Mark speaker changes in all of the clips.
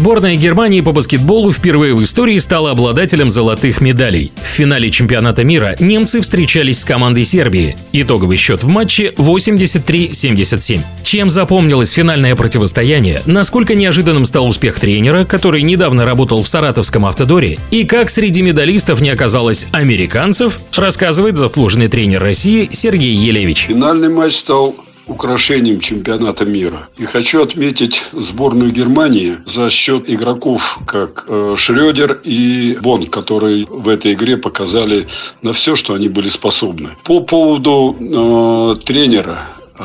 Speaker 1: Сборная Германии по баскетболу впервые в истории стала обладателем золотых медалей. В финале чемпионата мира немцы встречались с командой Сербии. Итоговый счет в матче 83-77. Чем запомнилось финальное противостояние, насколько неожиданным стал успех тренера, который недавно работал в саратовском «Автодоре», и как среди медалистов не оказалось американцев, рассказывает заслуженный тренер России Сергей Елевич.
Speaker 2: Финальный матч стал украшением чемпионата мира. И хочу отметить сборную Германии за счет игроков, как Шрёдер и Бон, которые в этой игре показали на все, что они были способны. По поводу тренера.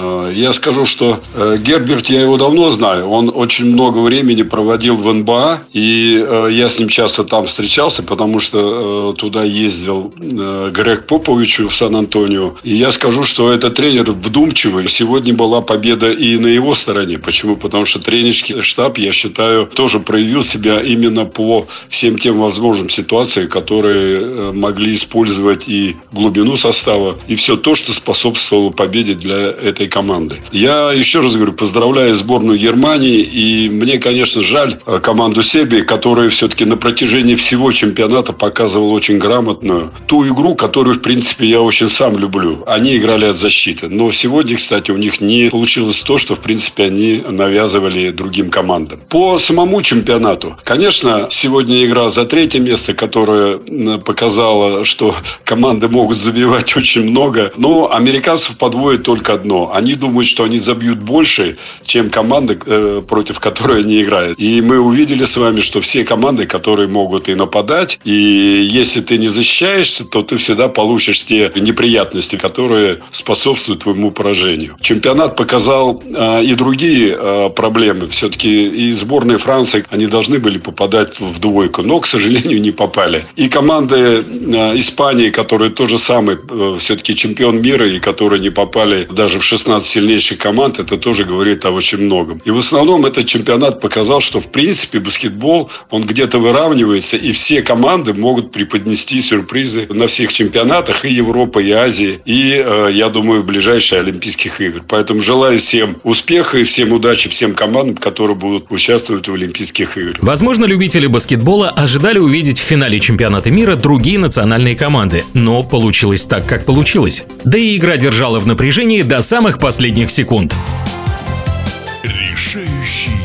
Speaker 2: Я скажу, что Герберт, я его давно знаю. Он очень много времени проводил в НБА. И я с ним часто там встречался, потому что туда ездил Грег Попович в Сан-Антонио. И я скажу, что этот тренер вдумчивый. Сегодня была победа и на его стороне. Почему? Потому что тренерский штаб, я считаю, тоже проявил себя именно по всем тем возможным ситуациям, которые могли использовать и глубину состава, и все то, что способствовало победе для этой команды. Я еще раз говорю, поздравляю сборную Германии, и мне, конечно, жаль команду Сербии, которая все-таки на протяжении всего чемпионата показывала очень грамотную ту игру, которую, в принципе, я очень сам люблю. Они играли от защиты. Но сегодня, кстати, у них не получилось то, что, в принципе, они навязывали другим командам. По самому чемпионату, конечно, сегодня игра за третье место, которая показала, что команды могут забивать очень много, но американцев подводит только одно. Они думают, что они забьют больше, чем команды, против которой они играют. И мы увидели с вами, что все команды, которые могут и нападать, и если ты не защищаешься, то ты всегда получишь те неприятности, которые способствуют твоему поражению. Чемпионат показал и другие проблемы. Все-таки и сборная Франции, они должны были попадать в двойку, но, к сожалению, не попали. И команды Испании, которые то же самое, все-таки чемпион мира, и которые не попали даже в 16 сильнейших команд, это тоже говорит о очень многом. И в основном этот чемпионат показал, что в принципе баскетбол, он где-то выравнивается, и все команды могут преподнести сюрпризы на всех чемпионатах и Европы, и Азии, и, я думаю, в ближайшие Олимпийских игр. Поэтому желаю всем успеха и всем удачи всем командам, которые будут участвовать в Олимпийских играх.
Speaker 1: Возможно, любители баскетбола ожидали увидеть в финале чемпионата мира другие национальные команды, но получилось так, как получилось. Да и игра держала в напряжении до самых последних секунд.
Speaker 3: Решающий